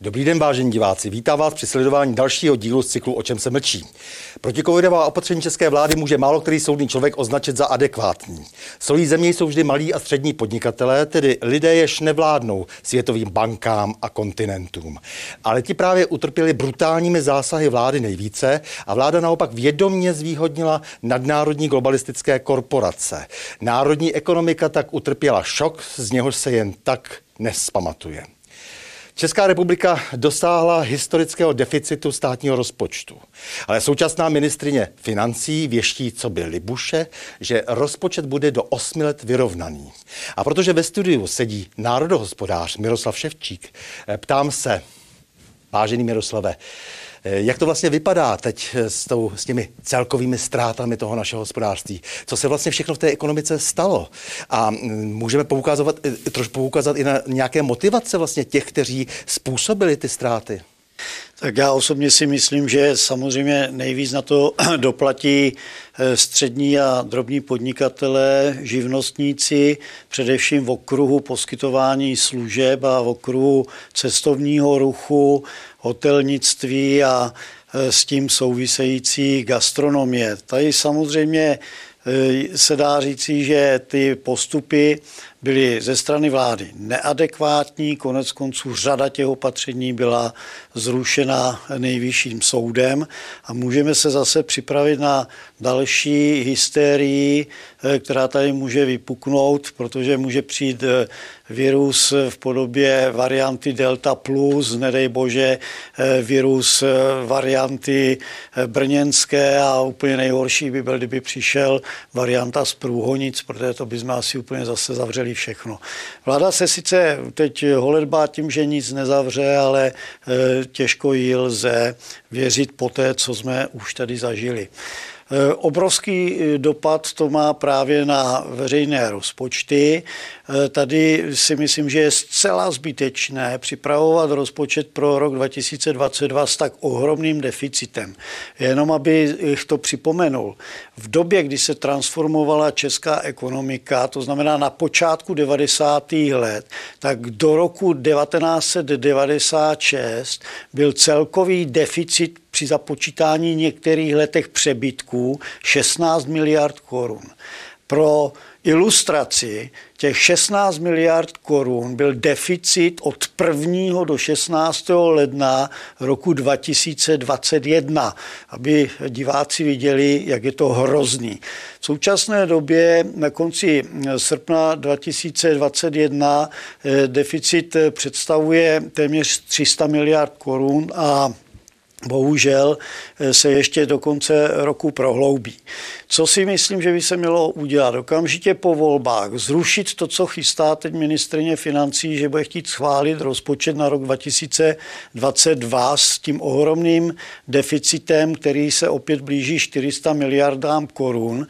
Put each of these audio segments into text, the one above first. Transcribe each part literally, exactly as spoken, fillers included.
Dobrý den, vážení diváci. Vítám vás při sledování dalšího dílu z cyklu O čem se mlčí. Protikovidová opatření české vlády může málo který soudný člověk označit za adekvátní. Solí země jsou vždy malí a střední podnikatelé, tedy lidé, jež nevládnou světovým bankám a kontinentům. Ale ti právě utrpěli brutálními zásahy vlády nejvíce a vláda naopak vědomě zvýhodnila nadnárodní globalistické korporace. Národní ekonomika tak utrpěla šok, z něhož se jen tak nespamatuje. Česká republika dosáhla historického deficitu státního rozpočtu. Ale současná ministryně financí věští, co by Libuše, že rozpočet bude do osmi let vyrovnaný. A protože ve studiu sedí národohospodář Miroslav Ševčík, ptám se, vážený Miroslave, jak to vlastně vypadá teď s, tou, s těmi celkovými ztrátami toho našeho hospodářství? Co se vlastně všechno v té ekonomice stalo? A můžeme poukazovat, trošku poukázat i na nějaké motivace vlastně těch, kteří způsobili ty ztráty? Tak já osobně si myslím, že samozřejmě nejvíc na to doplatí střední a drobní podnikatelé, živnostníci, především v okruhu poskytování služeb a v okruhu cestovního ruchu, hotelnictví a s tím související gastronomie. Tady samozřejmě se dá říci, že ty postupy byly ze strany vlády neadekvátní, konec konců řada těch opatření byla zrušena nejvyšším soudem a můžeme se zase připravit na další hysterii, která tady může vypuknout, protože může přijít virus v podobě varianty Delta plus, nedej bože virus varianty brněnské a úplně nejhorší by byl, kdyby přišel varianta z Průhonic, protože to bychom asi úplně zase zavřeli všechno. Vláda se sice teď holedbá tím, že nic nezavře, ale těžko jí lze věřit po té, co jsme už tady zažili. Obrovský dopad to má právě na veřejné rozpočty. Tady si myslím, že je zcela zbytečné připravovat rozpočet pro rok dva tisíce dvacet dva s tak ohromným deficitem. Jenom abych to připomenul. V době, kdy se transformovala česká ekonomika, to znamená na počátku devadesátých let, tak do roku devatenáct set devadesát šest byl celkový deficit při započítání některých letech přebytků šestnáct miliard korun. Pro ilustraci těch šestnáct miliard korun byl deficit od prvního do šestnáctého ledna roku dva tisíce dvacet jedna, aby diváci viděli, jak je to hrozný. V současné době na konci srpna dva tisíce dvacet jedna deficit představuje téměř tři sta miliard korun a bohužel se ještě do konce roku prohloubí. Co si myslím, že by se mělo udělat? Okamžitě po volbách zrušit to, co chystá teď ministryně financí, že bude chtít schválit rozpočet na rok dva tisíce dvacet dva s tím ohromným deficitem, který se opět blíží čtyři sta miliardám korun.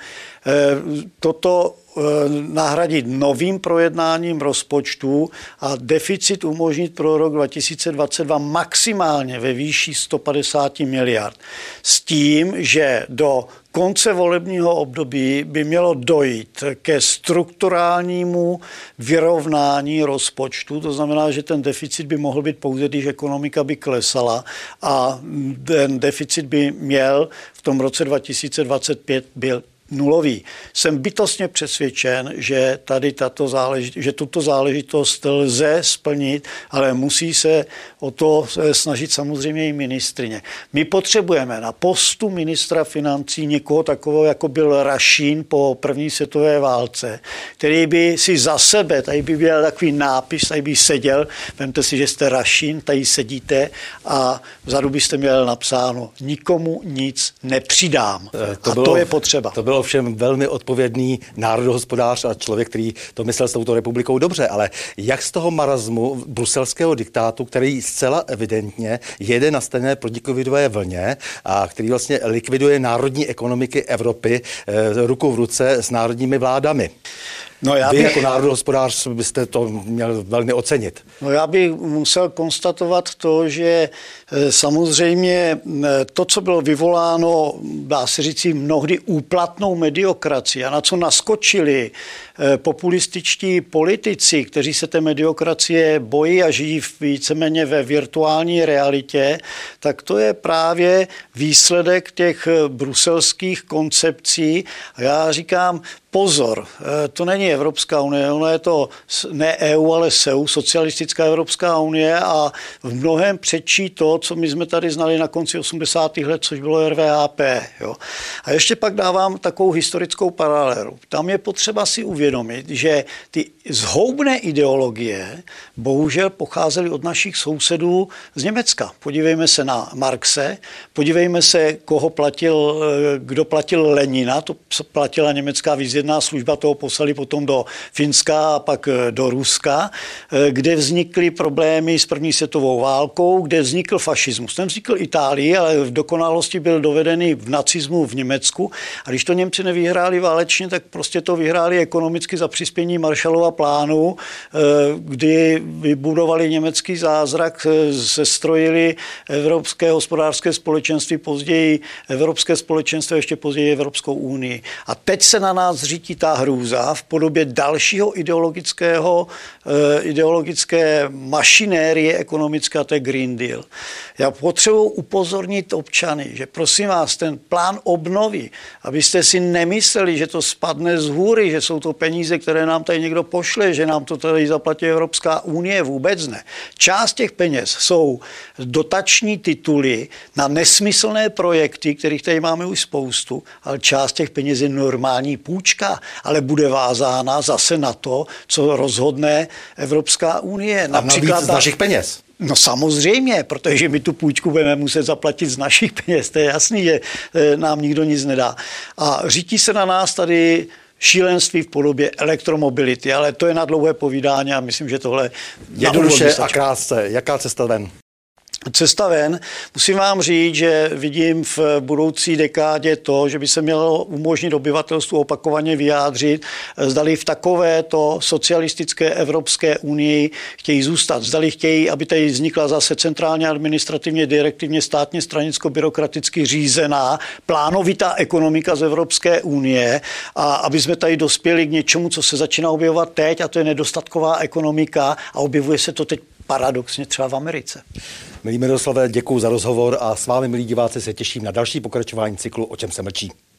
Toto nahradit novým projednáním rozpočtu a deficit umožnit pro rok dva tisíce dvacet dva maximálně ve výši sto padesát miliard. S tím, že do konce volebního období by mělo dojít ke strukturálnímu vyrovnání rozpočtu, to znamená, že ten deficit by mohl být pouze, když ekonomika by klesala a ten deficit by měl v tom roce dva tisíce dvacet pět byl nulový. Jsem bytostně přesvědčen, že tady tato záležitost, že tuto záležitost lze splnit, ale musí se o to snažit samozřejmě i ministryně. My potřebujeme na postu ministra financí někoho takového, jako byl Rašín po první světové válce, který by si za sebe, tady by byl takový nápis, tady by seděl, vemte si, že jste Rašín, tady sedíte a vzadu byste měl napsáno nikomu nic nepřidám. To a bylo, to je potřeba. To bylo ovšem velmi odpovědný národohospodář a člověk, který to myslel s touto republikou dobře, ale jak z toho marazmu bruselského diktátu, který zcela evidentně jede na stejné protikovidové vlně a který vlastně likviduje národní ekonomiky Evropy eh, ruku v ruce s národními vládami? No já bych... Vy jako národohospodář byste to měl velmi ocenit. No já bych musel konstatovat to, že samozřejmě to, co bylo vyvoláno, dá se říci, mnohdy úplatnou mediokracii a na co naskočili populističtí politici, kteří se té mediokracie bojí a žijí víceméně ve virtuální realitě, tak to je právě výsledek těch bruselských koncepcí. A já říkám, pozor, to není Evropská unie, ono je to ne E U, ale S E U, Socialistická Evropská unie a v mnohem předčí to, co my jsme tady znali na konci osmdesátých let, což bylo R V H P. Jo. A ještě pak dávám takovou historickou paralelu. Tam je potřeba si uvědomit, že ty zhoubné ideologie bohužel pocházely od našich sousedů z Německa. Podívejme se na Marxe, podívejme se, koho platil, kdo platil Lenina, to platila německá výzvědná služba, toho poslali potom do Finska a pak do Ruska, kde vznikly problémy s první světovou válkou, kde vznikl fašismus. Ten vznikl Itálii, ale v dokonalosti byl dovedený v nacismu v Německu. A když to Němci nevyhráli válečně, tak prostě to vyhráli ekonomicky za přispění Marshallova plánu, kdy vybudovali německý zázrak, sestrojili Evropské hospodářské společenství, později Evropské společenství, ještě později Evropskou unii. A teď se na nás zřítí ta hrůza v podobě dalšího ideologického, ideologické mašinérie ekonomické, a to je Green Deal. Já potřebuji upozornit občany, že prosím vás, ten plán obnovy, abyste si nemysleli, že to spadne z hůry, že jsou to peníze, které nám tady někdo pošle, že nám to tady zaplatí Evropská unie, vůbec ne. Část těch peněz jsou dotační tituly na nesmyslné projekty, kterých tady máme už spoustu, ale část těch peněz je normální půjčka, ale bude vázána zase na to, co rozhodne Evropská unie. Například a navíc z našich peněz. No samozřejmě, protože my tu půjčku budeme muset zaplatit z našich peněz, to je jasný, že nám nikdo nic nedá. A řítí se na nás tady šílenství v podobě elektromobility, ale to je na dlouhé povídání a myslím, že tohle... Jednoduše a krátce, jaká cesta ven? Cesta ven. Musím vám říct, že vidím v budoucí dekádě to, že by se mělo umožnit obyvatelstvu opakovaně vyjádřit, zdali v takovéto socialistické Evropské unii chtějí zůstat. Zdali chtějí, aby tady vznikla zase centrálně administrativně, direktivně, státně, stranicko-byrokraticky řízená, plánovitá ekonomika z Evropské unie a aby jsme tady dospěli k něčemu, co se začíná objevovat teď, a to je nedostatková ekonomika a objevuje se to teď paradoxně třeba v Americe. Milí Miroslave, děkuji za rozhovor a s vámi, milí diváci, se těším na další pokračování cyklu O čem se mlčí.